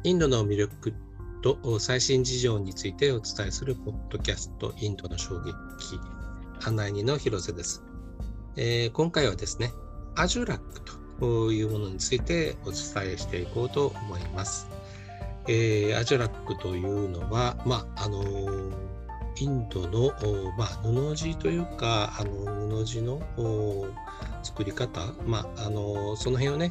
インドの魅力と最新事情についてお伝えするポッドキャストインドの衝撃案内人の広瀬です。今回はですね、アジュラックというものについてお伝えしていこうと思います。アジュラックというのは、インドの、布地というか布地の作り方、その辺をね、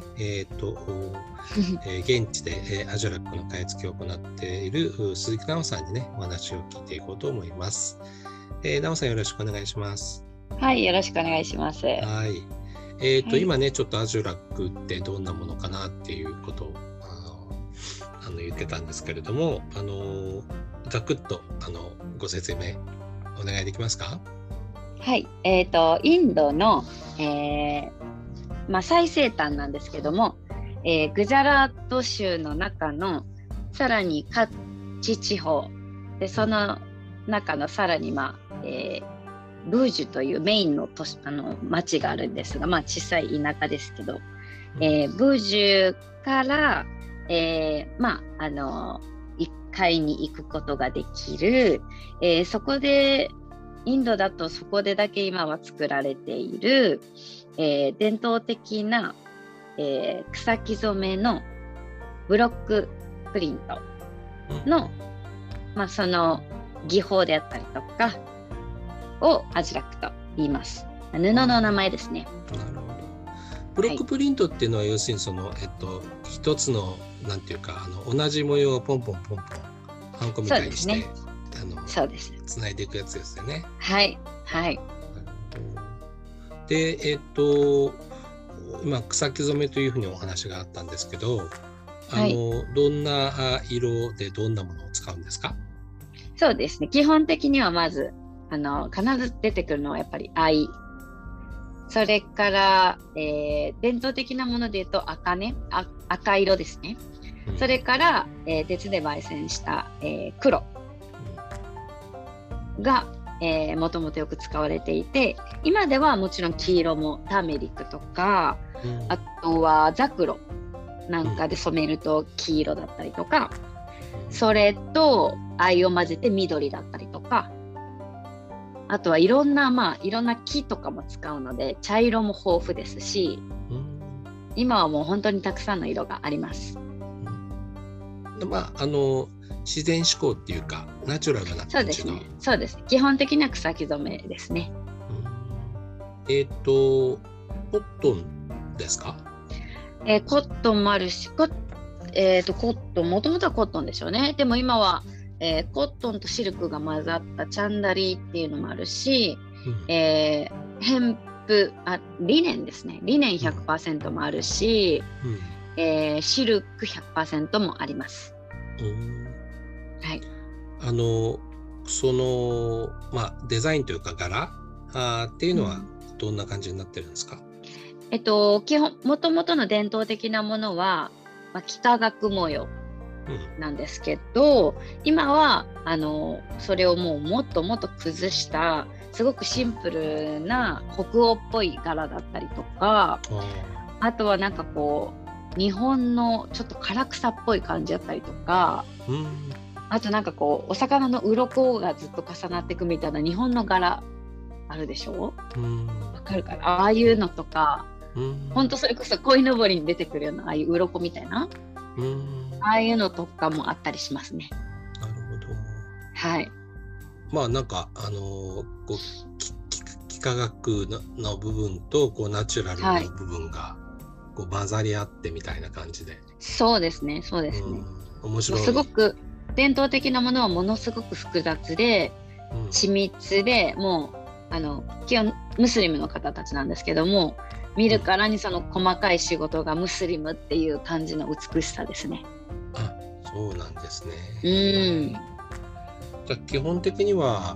現地でアジュラックの買い付けを行っている鈴木奈緒さんにねお話を聞いていこうと思います。奈緒さん、よろしくお願いします。 はい、よろしくお願いします。 はい。今ねちょっとアジュラックってどんなものかなっていうことを言ってたんですけれども、ざくっとご説明お願いできますか？ はい、インドの、最西端なんですけども、グジャラート州の中のさらにカッチ地方で、その中のさらに、ブージュというメインの町があるんですが、小さい田舎ですけど、ブージュから1階に行くことができる、そこでインドだとそこでだけ今は作られている、伝統的な、草木染めのブロックプリントの、その技法であったりとかをアジュラックと言います。布の名前ですね。 なるほど。ブロックプリントっていうのは、要するに一つのなんていうか同じ模様をポンポンハンコみたいにして、 そうです。 つないでいくやつですよね。 はいはい。 で今草木染めというふうにお話があったんですけど、どんな色でどんなものを使うんですか？ そうですね。基本的にはまず必ず出てくるのはやっぱり藍。それから、伝統的なものでいうと赤色ですね。それから、鉄で焙煎した、黒がもともとよく使われていて、今ではもちろん黄色もターメリックとか、あとはザクロなんかで染めると黄色だったりとか、それと藍を混ぜて緑だったりとか、あとはいろんな木とかも使うので茶色も豊富ですし、今はもう本当にたくさんの色があります。 自然志向っていうかナチュラルな感じの。 そうですね。基本的な草木染めですね。 コットンですか？ コットンもあるし、コットンもともとはコットンでしょうね。でも今はコットンとシルクが混ざったチャンダリっていうのもあるし、ヘンプリネンですね。リネン 100% もあるし、シルク 100% もあります。はい。 デザインというか柄っていうのはどんな感じになってるんですか？ 基本もともとの伝統的なものは、幾何学模様なんですけど、今はそれをもっともっと崩したすごくシンプルな北欧っぽい柄だったりとか、あとはなんか日本のちょっと唐草っぽい感じだったりとか、あとなんかお魚の鱗がずっと重なっていくみたいな日本の柄あるでしょ？わかるかな？ああいうのとか、ほんとそれこそ鯉のぼりに出てくるようなああいう鱗みたいな、ああいうのとかもあったりしますね。 なるほど。 はい。 なんか幾何学の部分とナチュラルの部分が混ざり合ってみたいな感じで。 そうですね。 面白い。 すごく伝統的なものはものすごく複雑で、緻密で、もう基本ムスリムの方たちなんですけども、見るからにその細かい仕事がムスリムっていう感じの美しさですね。 そうなんですね。じゃあ基本的には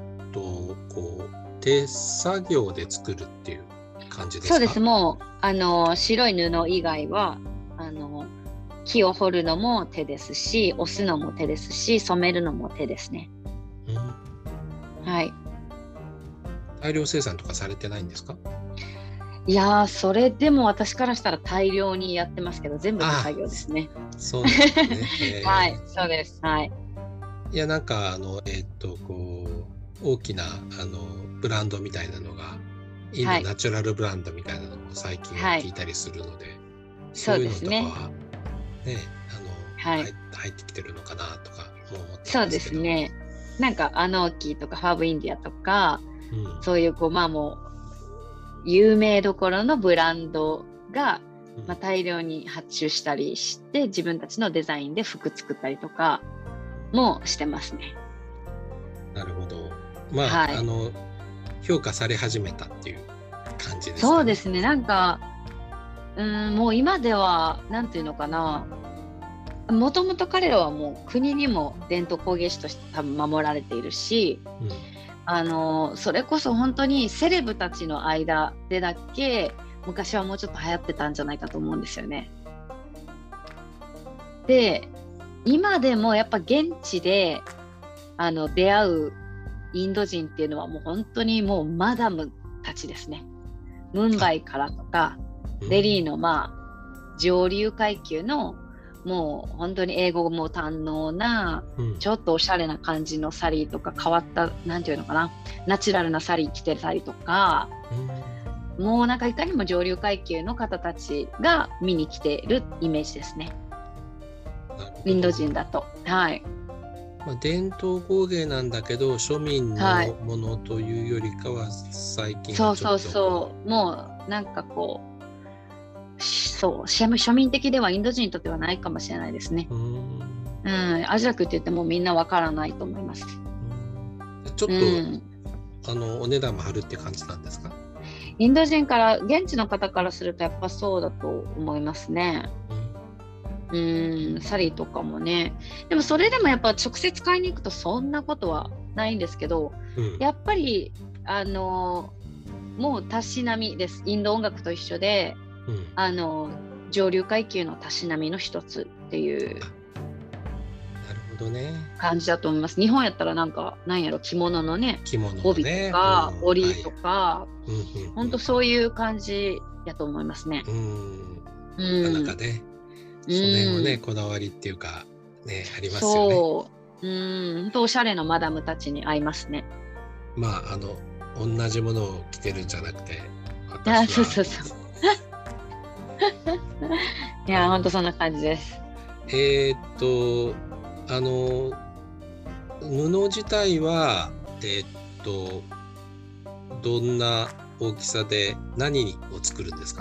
手作業で作るっていう感じですか？ そうです。もう白い布以外は木を彫るのも手ですし、押すのも手ですし、染めるのも手ですね。はい。 大量生産とかされてないんですか？ いやー、それでも私からしたら大量にやってますけど、全部手作業ですね。 そうなんですね。 はい、そうです。はい。 いや、なんかこう大きなブランドみたいなのが、インドナチュラルブランドみたいなのも最近は聞いたりするので、そういうのとかはね、入ってきてるのかなとかも思ってますけど。 そうですね。なんかアノーキーとかファーブインディアとか、そういうまあもう有名どころのブランドが、大量に発注したりして自分たちのデザインで服作ったりとかもしてますね。 なるほど。まあ、評価され始めたっていう感じですかね。 そうですね。なんかもう今ではなんていうのかな、もともと彼らはもう国にも伝統工芸士として多分守られているし、それこそ本当にセレブたちの間でだけ昔はもうちょっと流行ってたんじゃないかと思うんですよね。で、今でもやっぱ現地で出会うインド人っていうのはもう本当にもうマダムたちですね。ムンバイからとかデリーの上流階級のもう本当に英語も堪能な、ちょっとおしゃれな感じのサリーとか変わったなんていうのかな、ナチュラルなサリー着てたりとか、もうなんかいかにも上流階級の方たちが見に来てるイメージですね。インド人だと。はい。 伝統工芸なんだけど庶民のものというよりかは最近はちょっとそうもうなんか庶民的ではインド人にとってはないかもしれないですね。アジアクって言ってもみんなわからないと思います。 ちょっと、お値段も張るって感じなんですか？ インド人から現地の方からするとやっぱそうだと思いますね。サリーとかもね。でもそれでもやっぱ直接買いに行くとそんなことはないんですけど、やっぱりもうたしなみです。インド音楽と一緒で、上流階級のたしなみの一つっていう感じだと思います。日本やったらなんやろ、着物のね、帯とか織とか、本当そういう感じやと思いますね。 なんかね、その辺もね、こだわりっていうかね、ありますよね。 本当おしゃれなマダムたちに合いますね。 同じものを着てるんじゃなくて、 そういや、本当そんな感じです。 布自体はどんな大きさで何を作るんですか？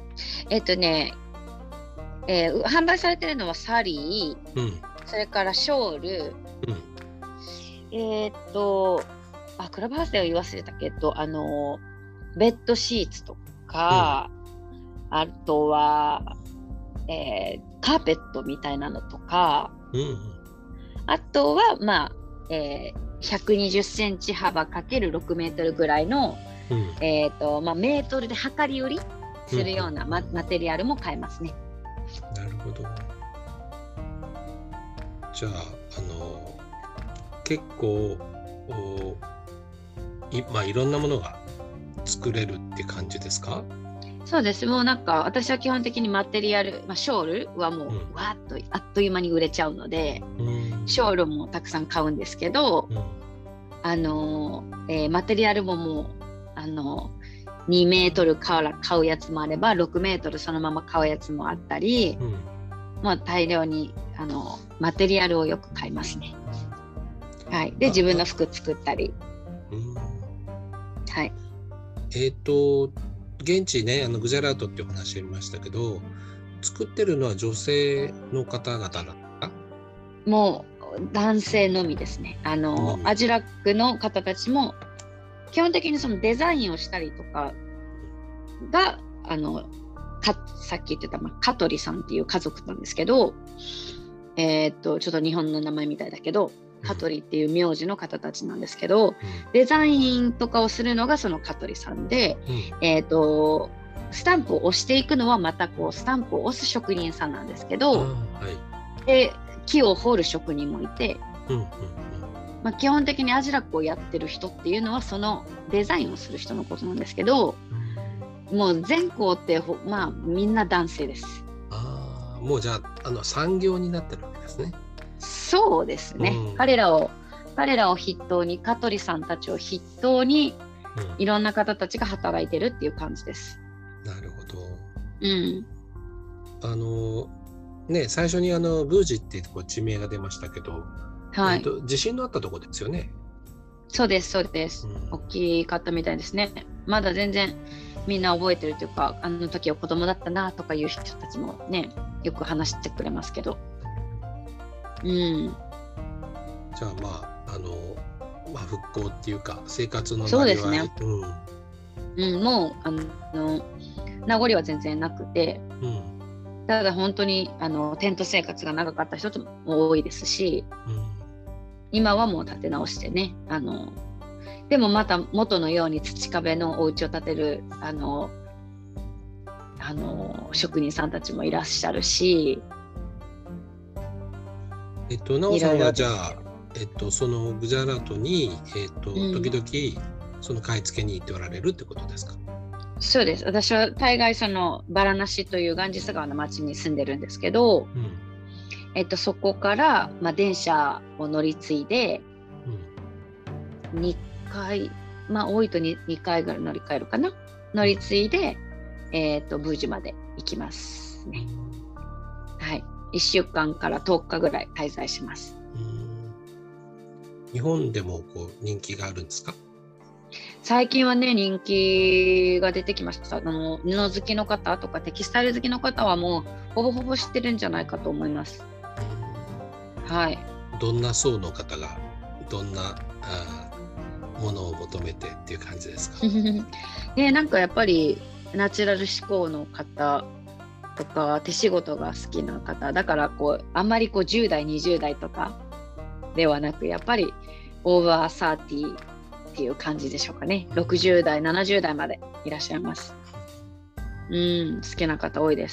販売されてるのはサリー、それからショール、クラブハウスでは言い忘れたけど、ベッドシーツとか、あとは、カーペットみたいなのとか、あとは120センチ幅かける6メートルぐらいの、メートルで量り売りするようなマテリアルも買えますね。 なるほど。じゃあ、結構いろんなものが作れるって感じですか？ そうです。もうなんか私は基本的にマテリアル、ショールはもうわーっとあっという間に売れちゃうので、ショールもたくさん買うんですけど、マテリアルももう2メートルから買うやつもあれば6メートルそのまま買うやつもあったり、大量にマテリアルをよく買いますね。はい。で自分の服作ったり。はい。 現地ね、グジャラートってお話ありましたけど、作ってるのは女性の方々だった？ もう男性のみですね。アジュラックの方たちも基本的にそのデザインをしたりとかがさっき言ってた、香取さんっていう家族なんですけど、ちょっと日本の名前みたいだけど、香取っていう名字の方たちなんですけど、デザインとかをするのがその香取さんで、スタンプを押していくのはまたスタンプを押す職人さんなんですけど、で木を彫る職人もいて、基本的にアジラックをやってる人っていうのはそのデザインをする人のことなんですけど、 もう全校ってまあみんな男性です。 ああ、もうじゃあ、産業になってるわけですね。 そうですね、彼らを筆頭に、香取さんたちを筆頭に、いろんな方たちが働いてるっていう感じです。 なるほど。 うん。 ね、最初に宮司ってこう地名が出ましたけど、 はい。 地震のあったところですよね。 そうです、そうです。大きかったみたいですね。まだ全然みんな覚えてるというか、あの時は子供だったなとかいう人たちもね、よく話してくれますけど。うん。 じゃあ復興っていうか生活のそうですね。もう名残は全然なくて、ただ本当にテント生活が長かった人も多いですし、今はもう建て直してね、でもまた元のように土壁のお家を建てる職人さんたちもいらっしゃるし、 なおさんはじゃあ、そのグジャラートに、時々その買い付けに行っておられるってことですか？ そうです。私は大概そのバラナシというガンジス川の町に住んでるんですけど、そこから、電車を乗り継いで、2回、多いと 2回ぐらい乗り換えるかな、乗り継いで、宮司まで行きますね。はい。1週間から10日ぐらい滞在します。 日本でも人気があるんですか？ 最近はね、人気が出てきました。布好きの方とかテキスタイル好きの方はもうほぼほぼ知ってるんじゃないかと思います。はい。 どんな層の方がどんなものを求めてっていう感じですか？ なんかやっぱりナチュラル志向の方とか手仕事が好きな方だから、あんまり10代20代とかではなく、やっぱりオーバー30っていう感じでしょうかね。60代70代までいらっしゃいます。好きな方多いです。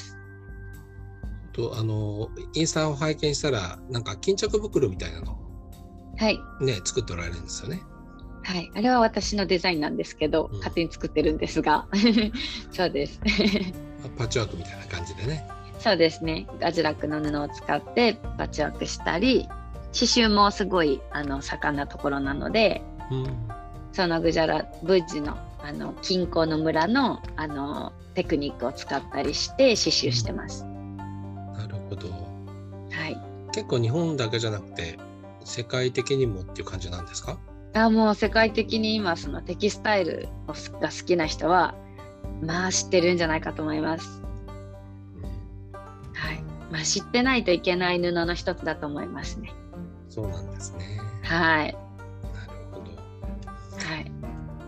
インスタを拝見したら、なんか巾着袋みたいなのはいね、作っておられるんですよね。 はい、あれは私のデザインなんですけど、勝手に作ってるんですがそうですパッチワークみたいな感じでね。そうですね、アジュラックの布を使ってパッチワークしたり、刺繍もすごい盛んなところなので、その宮司の近郊の村のテクニックを使ったりして刺繍してます。 なるほど。 はい。 結構日本だけじゃなくて世界的にもっていう感じなんですか？ もう世界的に今そのテキスタイルが好きな人は知ってるんじゃないかと思います。はい。知ってないといけない布の一つだと思いますね。 そうなんですね。 はい。なるほど。 はい。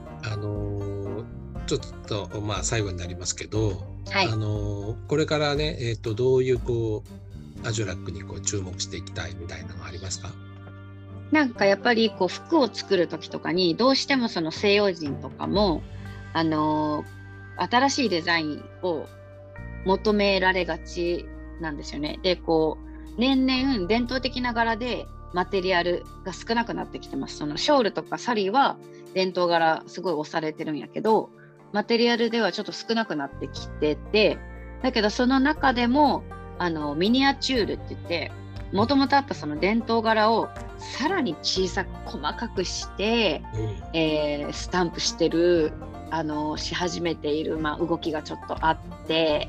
ちょっと最後になりますけど、 はい、 これからね、どういうアジュラックに注目していきたいみたいなのありますか？ なんかやっぱり服を作る時とかにどうしてもその西洋人とかも新しいデザインを求められがちなんですよね。で年々伝統的な柄でマテリアルが少なくなってきてます。そのショールとかサリーは伝統柄すごい押されてるんやけど、マテリアルではちょっと少なくなってきてて、だけどその中でもミニアチュールって言って、もともとあったその伝統柄をさらに小さく細かくして、スタンプしてるし始めている、動きがちょっとあって、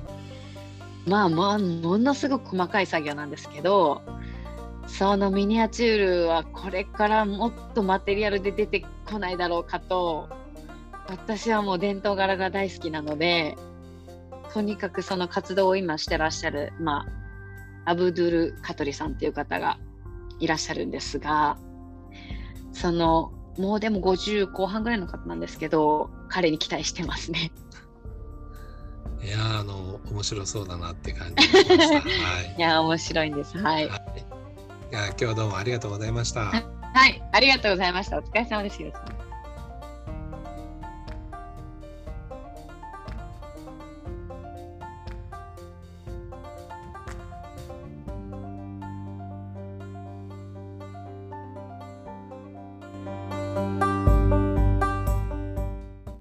ものすごく細かい作業なんですけど、そのミニアチュールはこれからもっとマテリアルで出てこないだろうかと。私はもう伝統柄が大好きなので、とにかくその活動を今してらっしゃる、アブドゥル・カトリさんっていう方がいらっしゃるんですが、もうでも50後半ぐらいの方なんですけど、彼に期待してますね。 いや面白そうだなって感じがしました。はい、 いや面白いんです。はい。いや今日はどうもありがとうございました。 はい、ありがとうございました。お疲れ様です。よ